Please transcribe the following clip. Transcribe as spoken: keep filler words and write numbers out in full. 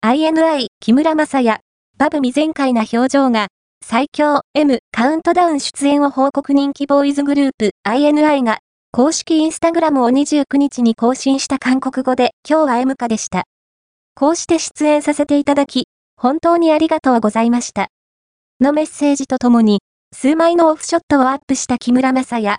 アイエヌアイ、木村柾也、バブ未全開な表情が、最強 M カウントダウン出演を報告人気ボーイズグループ アイエヌアイ が、公式インスタグラムをにじゅうくにちに更新した韓国語で、今日は M カでした。こうして出演させていただき、本当にありがとうございました。のメッセージとともに、数枚のオフショットをアップした木村柾也。